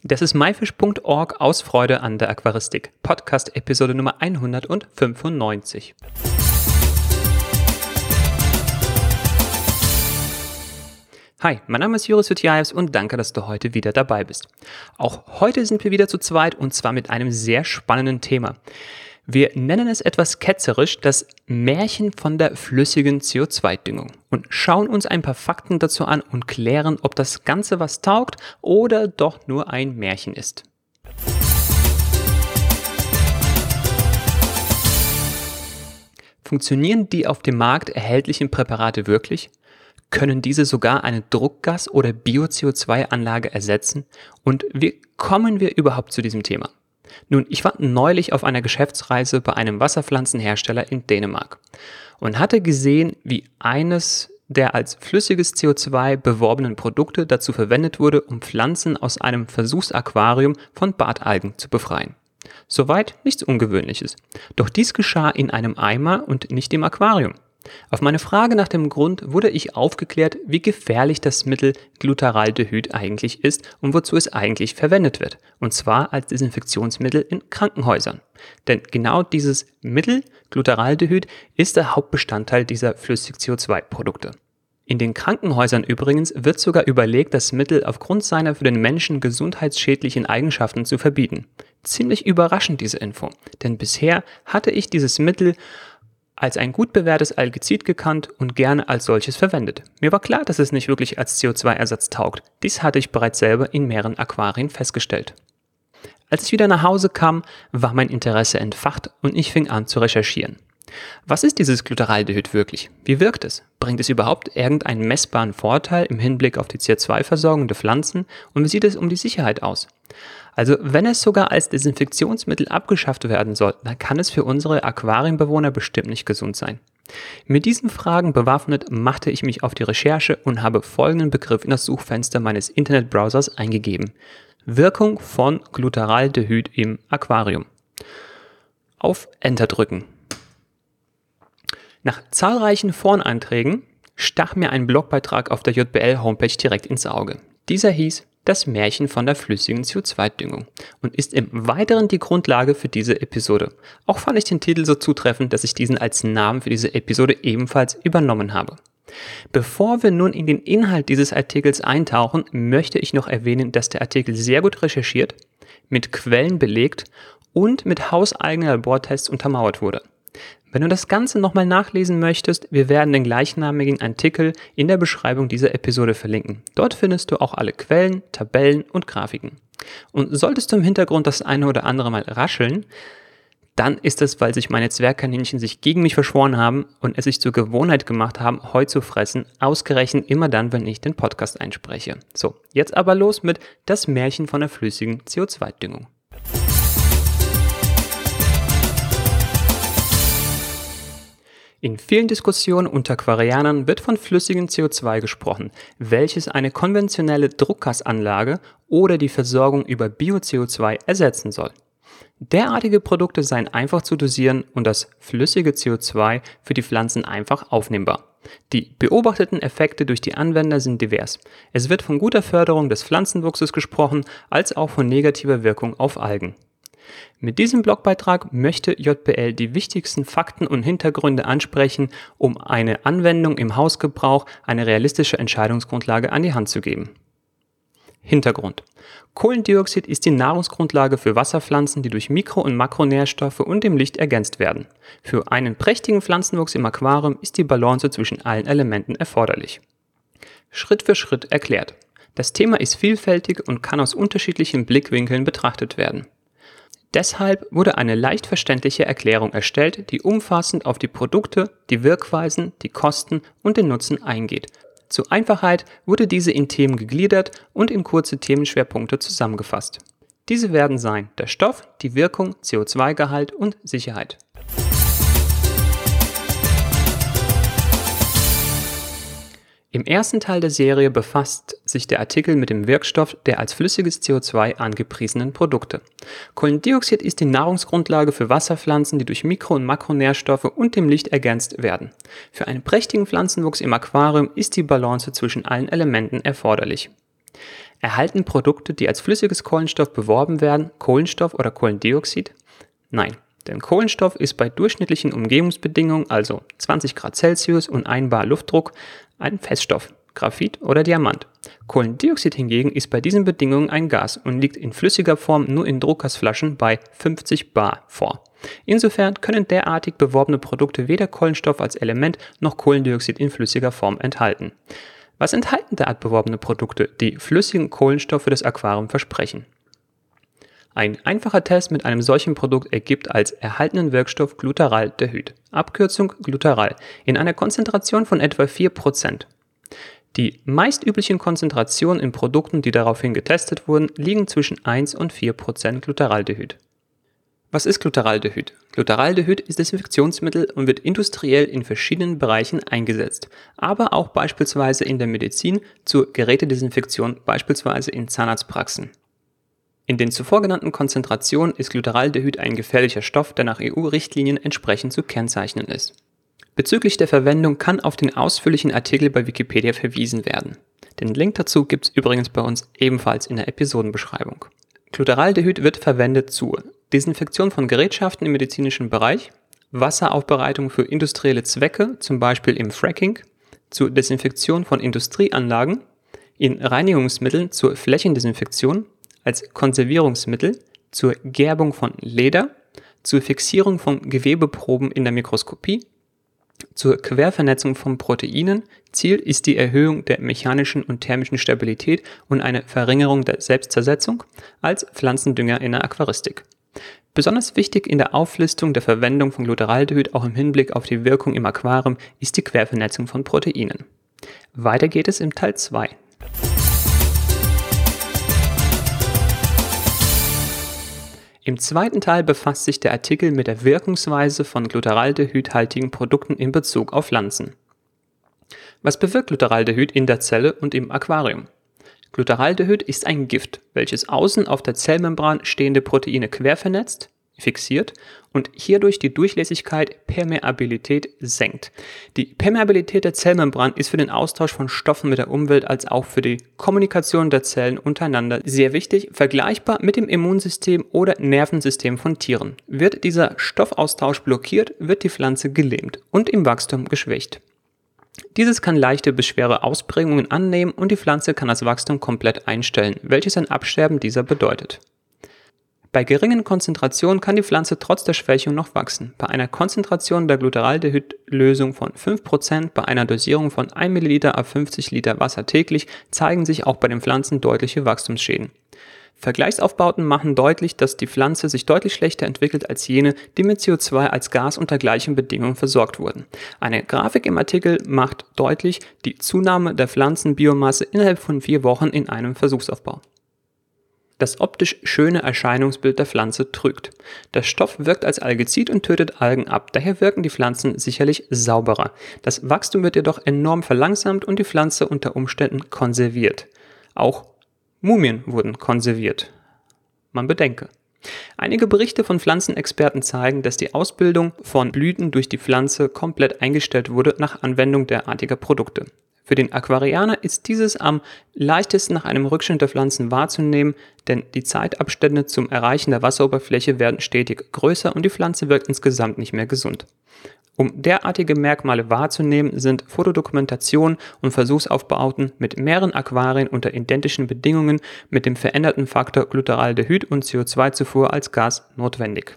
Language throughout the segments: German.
Das ist myfish.org aus Freude an der Aquaristik. Podcast Episode Nummer 195. Hi, mein Name ist Joris Jutjaevs und danke, dass du heute wieder dabei bist. Auch heute sind wir wieder zu zweit und zwar mit einem sehr spannenden Thema. Wir nennen es etwas ketzerisch das Märchen von der flüssigen CO2-Düngung und schauen uns ein paar Fakten dazu an und klären, ob das Ganze was taugt oder doch nur ein Märchen ist. Funktionieren die auf dem Markt erhältlichen Präparate wirklich? Können diese sogar eine Druckgas- oder Bio-CO2-Anlage ersetzen? Und wie kommen wir überhaupt zu diesem Thema? Nun, ich war neulich auf einer Geschäftsreise bei einem Wasserpflanzenhersteller in Dänemark und hatte gesehen, wie eines der als flüssiges CO2 beworbenen Produkte dazu verwendet wurde, um Pflanzen aus einem Versuchsaquarium von Bartalgen zu befreien. Soweit nichts Ungewöhnliches. Doch dies geschah in einem Eimer und nicht im Aquarium. Auf meine Frage nach dem Grund wurde ich aufgeklärt, wie gefährlich das Mittel Glutaraldehyd eigentlich ist und wozu es eigentlich verwendet wird. Und zwar als Desinfektionsmittel in Krankenhäusern. Denn genau dieses Mittel, Glutaraldehyd, ist der Hauptbestandteil dieser Flüssig-CO2-Produkte. In den Krankenhäusern übrigens wird sogar überlegt, das Mittel aufgrund seiner für den Menschen gesundheitsschädlichen Eigenschaften zu verbieten. Ziemlich überraschend diese Info, denn bisher hatte ich dieses Mittel als ein gut bewährtes Algizid gekannt und gerne als solches verwendet. Mir war klar, dass es nicht wirklich als CO2-Ersatz taugt. Dies hatte ich bereits selber in mehreren Aquarien festgestellt. Als ich wieder nach Hause kam, war mein Interesse entfacht und ich fing an zu recherchieren. Was ist dieses Glutaraldehyd wirklich? Wie wirkt es? Bringt es überhaupt irgendeinen messbaren Vorteil im Hinblick auf die CO2-Versorgung der Pflanzen? Und wie sieht es um die Sicherheit aus? Also wenn es sogar als Desinfektionsmittel abgeschafft werden soll, dann kann es für unsere Aquarienbewohner bestimmt nicht gesund sein. Mit diesen Fragen bewaffnet machte ich mich auf die Recherche und habe folgenden Begriff in das Suchfenster meines Internetbrowsers eingegeben. Wirkung von Glutaraldehyd im Aquarium. Auf Enter drücken. Nach zahlreichen Foreneinträgen stach mir ein Blogbeitrag auf der JBL-Homepage direkt ins Auge. Dieser hieß Das Märchen von der flüssigen CO2-Düngung und ist im Weiteren die Grundlage für diese Episode. Auch fand ich den Titel so zutreffend, dass ich diesen als Namen für diese Episode ebenfalls übernommen habe. Bevor wir nun in den Inhalt dieses Artikels eintauchen, möchte ich noch erwähnen, dass der Artikel sehr gut recherchiert, mit Quellen belegt und mit hauseigenen Labortests untermauert wurde. Wenn du das Ganze nochmal nachlesen möchtest, wir werden den gleichnamigen Artikel in der Beschreibung dieser Episode verlinken. Dort findest du auch alle Quellen, Tabellen und Grafiken. Und solltest du im Hintergrund das eine oder andere mal rascheln, dann ist es, weil sich meine Zwergkaninchen sich gegen mich verschworen haben und es sich zur Gewohnheit gemacht haben, Heu zu fressen, ausgerechnet immer dann, wenn ich den Podcast einspreche. So, jetzt aber los mit Das Märchen von der flüssigen CO2-Düngung. In vielen Diskussionen unter Aquarianern wird von flüssigem CO2 gesprochen, welches eine konventionelle Druckgasanlage oder die Versorgung über Bio-CO2 ersetzen soll. Derartige Produkte seien einfach zu dosieren und das flüssige CO2 für die Pflanzen einfach aufnehmbar. Die beobachteten Effekte durch die Anwender sind divers. Es wird von guter Förderung des Pflanzenwuchses gesprochen, als auch von negativer Wirkung auf Algen. Mit diesem Blogbeitrag möchte JBL die wichtigsten Fakten und Hintergründe ansprechen, um eine Anwendung im Hausgebrauch eine realistische Entscheidungsgrundlage an die Hand zu geben. Hintergrund: Kohlendioxid ist die Nahrungsgrundlage für Wasserpflanzen, die durch Mikro- und Makronährstoffe und dem Licht ergänzt werden. Für einen prächtigen Pflanzenwuchs im Aquarium ist die Balance zwischen allen Elementen erforderlich. Schritt für Schritt erklärt. Das Thema ist vielfältig und kann aus unterschiedlichen Blickwinkeln betrachtet werden. Deshalb wurde eine leicht verständliche Erklärung erstellt, die umfassend auf die Produkte, die Wirkweisen, die Kosten und den Nutzen eingeht. Zur Einfachheit wurde diese in Themen gegliedert und in kurze Themenschwerpunkte zusammengefasst. Diese werden sein der Stoff, die Wirkung, CO2-Gehalt und Sicherheit. Im ersten Teil der Serie befasst sich der Artikel mit dem Wirkstoff der als flüssiges CO2 angepriesenen Produkte. Kohlendioxid ist die Nahrungsgrundlage für Wasserpflanzen, die durch Mikro- und Makronährstoffe und dem Licht ergänzt werden. Für einen prächtigen Pflanzenwuchs im Aquarium ist die Balance zwischen allen Elementen erforderlich. Erhalten Produkte, die als flüssiges Kohlenstoff beworben werden, Kohlenstoff oder Kohlendioxid? Nein, denn Kohlenstoff ist bei durchschnittlichen Umgebungsbedingungen, also 20 Grad Celsius und 1 Bar Luftdruck, ein Feststoff, Graphit oder Diamant. Kohlendioxid hingegen ist bei diesen Bedingungen ein Gas und liegt in flüssiger Form nur in Druckgasflaschen bei 50 Bar vor. Insofern können derartig beworbene Produkte weder Kohlenstoff als Element noch Kohlendioxid in flüssiger Form enthalten. Was enthalten derart beworbene Produkte, die flüssigen Kohlenstoff für das Aquarium versprechen? Ein einfacher Test mit einem solchen Produkt ergibt als erhaltenen Wirkstoff Glutaraldehyd, Abkürzung Glutaral, in einer Konzentration von etwa 4%. Die meist üblichen Konzentrationen in Produkten, die daraufhin getestet wurden, liegen zwischen 1 und 4% Glutaraldehyd. Was ist Glutaraldehyd? Glutaraldehyd ist Desinfektionsmittel und wird industriell in verschiedenen Bereichen eingesetzt, aber auch beispielsweise in der Medizin zur Gerätedesinfektion, beispielsweise in Zahnarztpraxen. In den zuvor genannten Konzentrationen ist Glutaraldehyd ein gefährlicher Stoff, der nach EU-Richtlinien entsprechend zu kennzeichnen ist. Bezüglich der Verwendung kann auf den ausführlichen Artikel bei Wikipedia verwiesen werden. Den Link dazu gibt es übrigens bei uns ebenfalls in der Episodenbeschreibung. Glutaraldehyd wird verwendet zur Desinfektion von Gerätschaften im medizinischen Bereich, Wasseraufbereitung für industrielle Zwecke, zum Beispiel im Fracking, zur Desinfektion von Industrieanlagen, in Reinigungsmitteln zur Flächendesinfektion, als Konservierungsmittel, zur Gerbung von Leder, zur Fixierung von Gewebeproben in der Mikroskopie, zur Quervernetzung von Proteinen. Ziel ist die Erhöhung der mechanischen und thermischen Stabilität und eine Verringerung der Selbstzersetzung, als Pflanzendünger in der Aquaristik. Besonders wichtig in der Auflistung der Verwendung von Glutaraldehyd auch im Hinblick auf die Wirkung im Aquarium ist die Quervernetzung von Proteinen. Weiter geht es im Teil 2. Im zweiten Teil befasst sich der Artikel mit der Wirkungsweise von Glutaraldehydhaltigen Produkten in Bezug auf Pflanzen. Was bewirkt Glutaraldehyd in der Zelle und im Aquarium? Glutaraldehyd ist ein Gift, welches außen auf der Zellmembran stehende Proteine quervernetzt, fixiert und hierdurch die Durchlässigkeit, Permeabilität senkt. Die Permeabilität der Zellmembran ist für den Austausch von Stoffen mit der Umwelt als auch für die Kommunikation der Zellen untereinander sehr wichtig, vergleichbar mit dem Immunsystem oder Nervensystem von Tieren. Wird dieser Stoffaustausch blockiert, wird die Pflanze gelähmt und im Wachstum geschwächt. Dieses kann leichte bis schwere Ausprägungen annehmen und die Pflanze kann das Wachstum komplett einstellen, welches ein Absterben dieser bedeutet. Bei geringen Konzentrationen kann die Pflanze trotz der Schwächung noch wachsen. Bei einer Konzentration der Glutaraldehyd-Lösung von 5% bei einer Dosierung von 1 ml auf 50 Liter Wasser täglich zeigen sich auch bei den Pflanzen deutliche Wachstumsschäden. Vergleichsaufbauten machen deutlich, dass die Pflanze sich deutlich schlechter entwickelt als jene, die mit CO2 als Gas unter gleichen Bedingungen versorgt wurden. Eine Grafik im Artikel macht deutlich die Zunahme der Pflanzenbiomasse innerhalb von 4 Wochen in einem Versuchsaufbau. Das optisch schöne Erscheinungsbild der Pflanze trügt. Der Stoff wirkt als Algezid und tötet Algen ab, daher wirken die Pflanzen sicherlich sauberer. Das Wachstum wird jedoch enorm verlangsamt und die Pflanze unter Umständen konserviert. Auch Mumien wurden konserviert. Man bedenke. Einige Berichte von Pflanzenexperten zeigen, dass die Ausbildung von Blüten durch die Pflanze komplett eingestellt wurde nach Anwendung derartiger Produkte. Für den Aquarianer ist dieses am leichtesten nach einem Rückschnitt der Pflanzen wahrzunehmen, denn die Zeitabstände zum Erreichen der Wasseroberfläche werden stetig größer und die Pflanze wirkt insgesamt nicht mehr gesund. Um derartige Merkmale wahrzunehmen, sind Fotodokumentation und Versuchsaufbauten mit mehreren Aquarien unter identischen Bedingungen mit dem veränderten Faktor Glutaraldehyd und CO2-Zufuhr als Gas notwendig.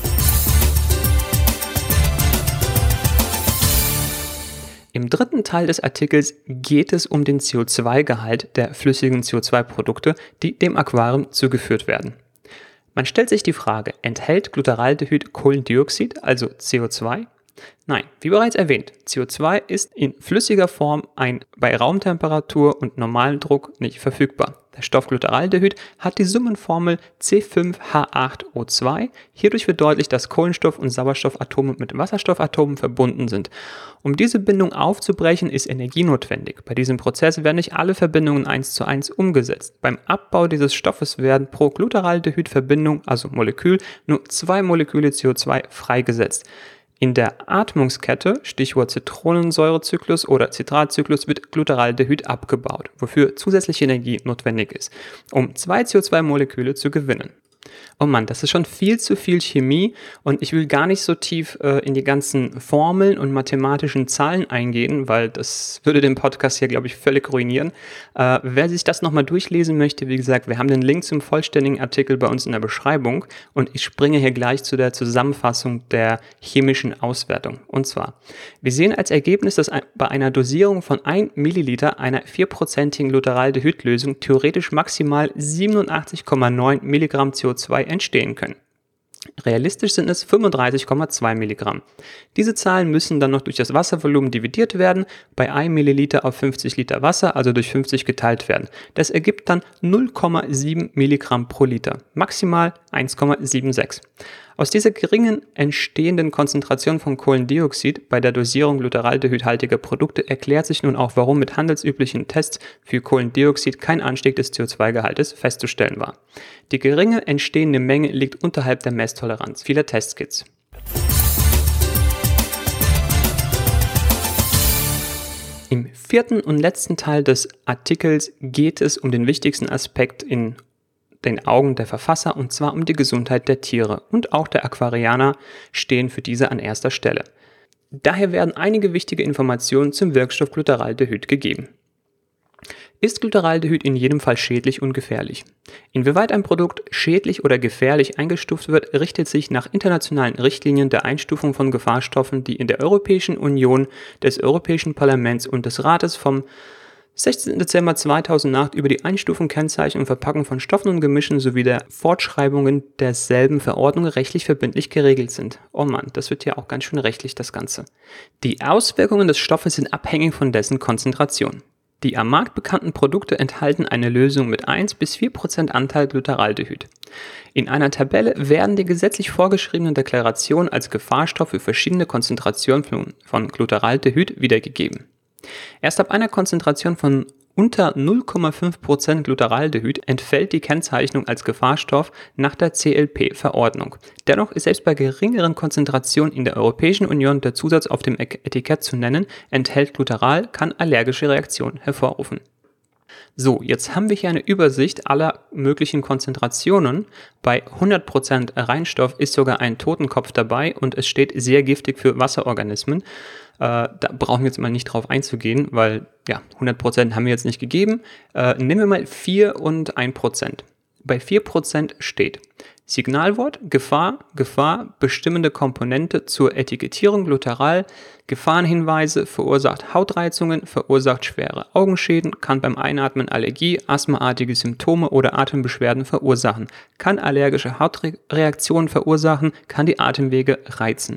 Im dritten Teil des Artikels geht es um den CO2-Gehalt der flüssigen CO2-Produkte, die dem Aquarium zugeführt werden. Man stellt sich die Frage, enthält Glutaraldehyd Kohlendioxid, also CO2? Nein, wie bereits erwähnt, CO2 ist in flüssiger Form bei Raumtemperatur und normalem Druck nicht verfügbar. Der Stoff Glutaraldehyd hat die Summenformel C5H8O2. Hierdurch wird deutlich, dass Kohlenstoff- und Sauerstoffatome mit Wasserstoffatomen verbunden sind. Um diese Bindung aufzubrechen, ist Energie notwendig. Bei diesem Prozess werden nicht alle Verbindungen 1:1 umgesetzt. Beim Abbau dieses Stoffes werden pro Glutaraldehyd-Verbindung, also Molekül, nur 2 Moleküle CO2 freigesetzt. In der Atmungskette, Stichwort Zitronensäurezyklus oder Zitratzyklus, wird Glutheraldehyd abgebaut, wofür zusätzliche Energie notwendig ist, um 2 CO2-Moleküle zu gewinnen. Oh Mann, das ist schon viel zu viel Chemie und ich will gar nicht so tief in die ganzen Formeln und mathematischen Zahlen eingehen, weil das würde den Podcast hier, glaube ich, völlig ruinieren. Wer sich das nochmal durchlesen möchte, wie gesagt, wir haben den Link zum vollständigen Artikel bei uns in der Beschreibung und ich springe hier gleich zu der Zusammenfassung der chemischen Auswertung. Und zwar, wir sehen als Ergebnis, dass bei einer Dosierung von 1 Milliliter einer 4%igen Glutheraldehyd-Lösung theoretisch maximal 87,9 Milligramm CO2 entstehen können. Realistisch sind es 35,2 Milligramm. Diese Zahlen müssen dann noch durch das Wasservolumen dividiert werden, bei 1 Milliliter auf 50 Liter Wasser, also durch 50 geteilt werden. Das ergibt dann 0,7 Milligramm pro Liter, maximal 1,76. Aus dieser geringen entstehenden Konzentration von Kohlendioxid bei der Dosierung glutheraldehydhaltiger Produkte erklärt sich nun auch, warum mit handelsüblichen Tests für Kohlendioxid kein Anstieg des CO2-Gehaltes festzustellen war. Die geringe entstehende Menge liegt unterhalb der Messtoleranz vieler Testkits. Im vierten und letzten Teil des Artikels geht es um den wichtigsten Aspekt in den Augen der Verfasser, und zwar um die Gesundheit der Tiere, und auch der Aquarianer stehen für diese an erster Stelle. Daher werden einige wichtige Informationen zum Wirkstoff Glutheraldehyd gegeben. Ist Glutheraldehyd in jedem Fall schädlich und gefährlich? Inwieweit ein Produkt schädlich oder gefährlich eingestuft wird, richtet sich nach internationalen Richtlinien der Einstufung von Gefahrstoffen, die in der Europäischen Union, des Europäischen Parlaments und des Rates vom 16. Dezember 2008 über die Einstufung, Kennzeichnung und Verpackung von Stoffen und Gemischen sowie der Fortschreibungen derselben Verordnung rechtlich verbindlich geregelt sind. Oh Mann, das wird ja auch ganz schön rechtlich, das Ganze. Die Auswirkungen des Stoffes sind abhängig von dessen Konzentration. Die am Markt bekannten Produkte enthalten eine Lösung mit 1-4% Anteil Glutheraldehyd. In einer Tabelle werden die gesetzlich vorgeschriebenen Deklarationen als Gefahrstoff für verschiedene Konzentrationen von Glutheraldehyd wiedergegeben. Erst ab einer Konzentration von unter 0,5% Glutheraldehyd entfällt die Kennzeichnung als Gefahrstoff nach der CLP-Verordnung. Dennoch ist selbst bei geringeren Konzentrationen in der Europäischen Union der Zusatz auf dem Etikett zu nennen, enthält Glutheral, kann allergische Reaktionen hervorrufen. So, jetzt haben wir hier eine Übersicht aller möglichen Konzentrationen. Bei 100% Reinstoff ist sogar ein Totenkopf dabei und es steht sehr giftig für Wasserorganismen. Da brauchen wir jetzt mal nicht drauf einzugehen, weil ja, 100% haben wir jetzt nicht gegeben. Nehmen wir mal 4 und 1%. Bei 4% steht Signalwort, Gefahr, Gefahr, bestimmende Komponente zur Etikettierung, Glutheral, Gefahrenhinweise, verursacht Hautreizungen, verursacht schwere Augenschäden, kann beim Einatmen Allergie, asthmaartige Symptome oder Atembeschwerden verursachen, kann allergische Hautreaktionen verursachen, kann die Atemwege reizen.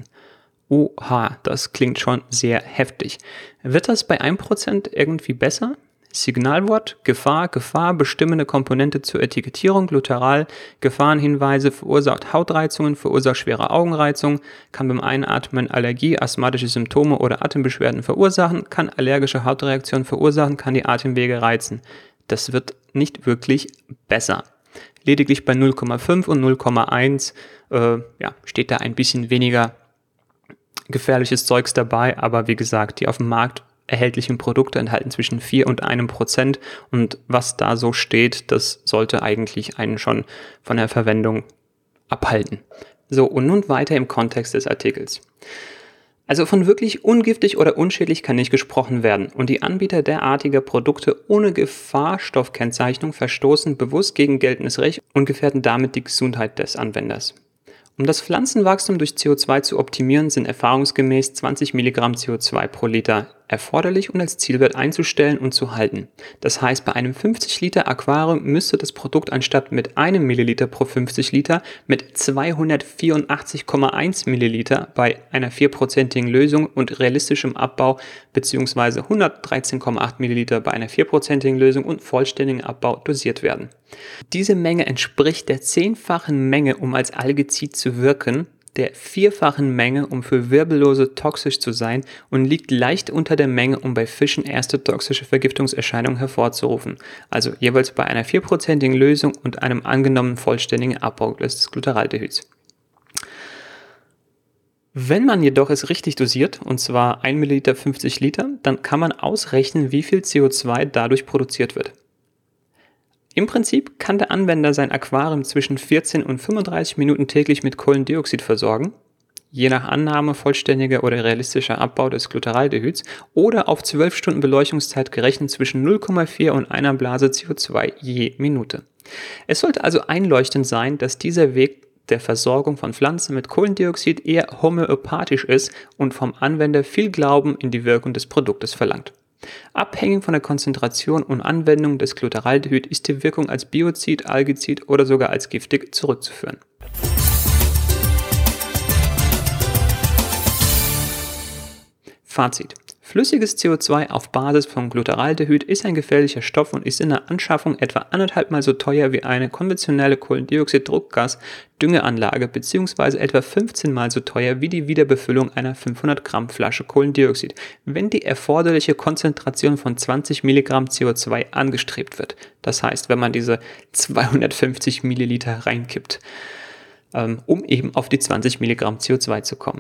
Oha, das klingt schon sehr heftig. Wird das bei 1% irgendwie besser? Signalwort, Gefahr, Gefahr, bestimmende Komponente zur Etikettierung, Glutheral, Gefahrenhinweise, verursacht Hautreizungen, verursacht schwere Augenreizung, kann beim Einatmen Allergie, asthmatische Symptome oder Atembeschwerden verursachen, kann allergische Hautreaktionen verursachen, kann die Atemwege reizen. Das wird nicht wirklich besser. Lediglich bei 0,5 und 0,1 steht da ein bisschen weniger gefährliches Zeugs dabei, aber wie gesagt, die auf dem Markt erhältlichen Produkte enthalten zwischen 4 und 1% und was da so steht, das sollte eigentlich einen schon von der Verwendung abhalten. So, und nun weiter im Kontext des Artikels. Also von wirklich ungiftig oder unschädlich kann nicht gesprochen werden und die Anbieter derartiger Produkte ohne Gefahrstoffkennzeichnung verstoßen bewusst gegen geltendes Recht und gefährden damit die Gesundheit des Anwenders. Um das Pflanzenwachstum durch CO2 zu optimieren, sind erfahrungsgemäß 20 Milligramm CO2 pro Liter erforderlich und als Zielwert einzustellen und zu halten. Das heißt, bei einem 50 Liter Aquarium müsste das Produkt anstatt mit 1 Milliliter pro 50 Liter mit 284,1 Milliliter bei einer 4%igen Lösung und realistischem Abbau bzw. 113,8 Milliliter bei einer 4%igen Lösung und vollständigen Abbau dosiert werden. Diese Menge entspricht der 10-fachen Menge, um als Algezid zu wirken, der 4-fachen Menge, um für Wirbellose toxisch zu sein und liegt leicht unter der Menge, um bei Fischen erste toxische Vergiftungserscheinungen hervorzurufen, also jeweils bei einer 4%igen Lösung und einem angenommenen vollständigen Abbau des Glutheraldehyds. Wenn man jedoch es richtig dosiert, und zwar 1 Milliliter 50 Liter, dann kann man ausrechnen, wie viel CO2 dadurch produziert wird. Im Prinzip kann der Anwender sein Aquarium zwischen 14 und 35 Minuten täglich mit Kohlendioxid versorgen, je nach Annahme vollständiger oder realistischer Abbau des Glutaraldehyds, oder auf 12 Stunden Beleuchtungszeit gerechnet zwischen 0,4 und einer Blase CO2 je Minute. Es sollte also einleuchtend sein, dass dieser Weg der Versorgung von Pflanzen mit Kohlendioxid eher homöopathisch ist und vom Anwender viel Glauben in die Wirkung des Produktes verlangt. Abhängig von der Konzentration und Anwendung des Glutaraldehyd ist die Wirkung als Biozid, Algizid oder sogar als giftig zurückzuführen. Fazit: Flüssiges CO2 auf Basis von Glutaraldehyd ist ein gefährlicher Stoff und ist in der Anschaffung etwa 1,5 Mal so teuer wie eine konventionelle Kohlendioxid-Druckgas-Düngeanlage bzw. etwa 15 Mal so teuer wie die Wiederbefüllung einer 500 Gramm Flasche Kohlendioxid, wenn die erforderliche Konzentration von 20 Milligramm CO2 angestrebt wird. Das heißt, wenn man diese 250 Milliliter reinkippt, um eben auf die 20 Milligramm CO2 zu kommen.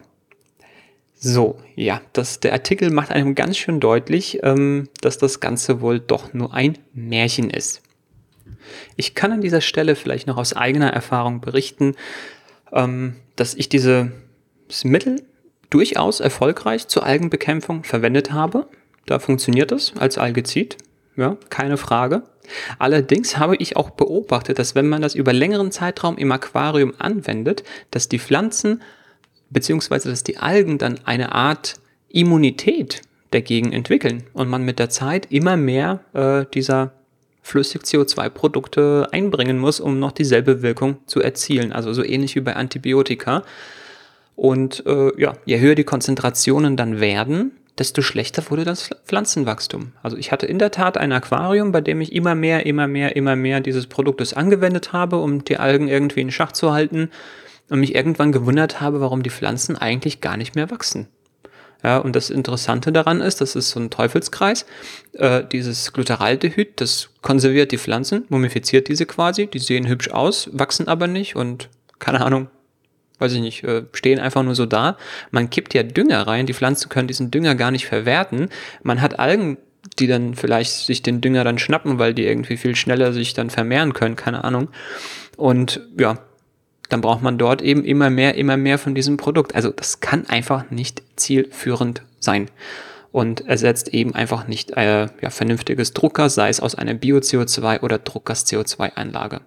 So, ja, der Artikel macht einem ganz schön deutlich, dass das Ganze wohl doch nur ein Märchen ist. Ich kann an dieser Stelle vielleicht noch aus eigener Erfahrung berichten, dass ich dieses Mittel durchaus erfolgreich zur Algenbekämpfung verwendet habe. Da funktioniert es als Algizid, ja, keine Frage. Allerdings habe ich auch beobachtet, dass wenn man das über längeren Zeitraum im Aquarium anwendet, dass die Pflanzen beziehungsweise dass die Algen dann eine Art Immunität dagegen entwickeln und man mit der Zeit immer mehr dieser Flüssig-CO2-Produkte einbringen muss, um noch dieselbe Wirkung zu erzielen. Also so ähnlich wie bei Antibiotika. Und je höher die Konzentrationen dann werden, desto schlechter wurde das Pflanzenwachstum. Also ich hatte in der Tat ein Aquarium, bei dem ich immer mehr dieses Produktes angewendet habe, um die Algen irgendwie in Schach zu halten. Und mich irgendwann gewundert habe, warum die Pflanzen eigentlich gar nicht mehr wachsen. Ja, und das Interessante daran ist, das ist so ein Teufelskreis, dieses Glutaraldehyd, das konserviert die Pflanzen, mumifiziert diese quasi, die sehen hübsch aus, wachsen aber nicht und, keine Ahnung, weiß ich nicht, stehen einfach nur so da. Man kippt ja Dünger rein, die Pflanzen können diesen Dünger gar nicht verwerten. Man hat Algen, die dann vielleicht sich den Dünger dann schnappen, weil die irgendwie viel schneller sich dann vermehren können, keine Ahnung. Und ja, dann braucht man dort eben immer mehr von diesem Produkt. Also das kann einfach nicht zielführend sein und ersetzt eben einfach nicht vernünftiges Druckgas, sei es aus einer Bio-CO2 oder Druckgas-CO2-Anlage.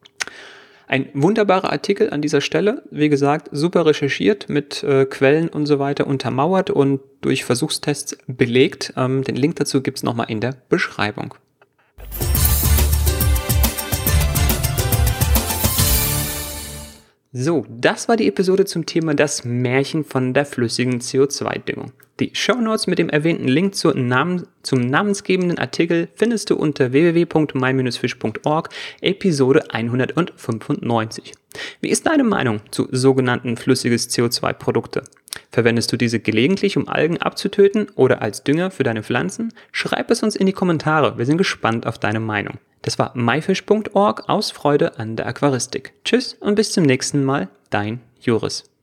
Ein wunderbarer Artikel an dieser Stelle, wie gesagt, super recherchiert, mit Quellen und so weiter untermauert und durch Versuchstests belegt. Den Link dazu gibt es nochmal in der Beschreibung. So, das war die Episode zum Thema das Märchen von der flüssigen CO2-Düngung. Die Shownotes mit dem erwähnten Link zum namensgebenden Artikel findest du unter www.my-fish.org, Episode 195. Wie ist deine Meinung zu sogenannten flüssiges CO2-Produkte? Verwendest du diese gelegentlich, um Algen abzutöten oder als Dünger für deine Pflanzen? Schreib es uns in die Kommentare, wir sind gespannt auf deine Meinung. Das war myfish.org aus Freude an der Aquaristik. Tschüss und bis zum nächsten Mal, dein Joris.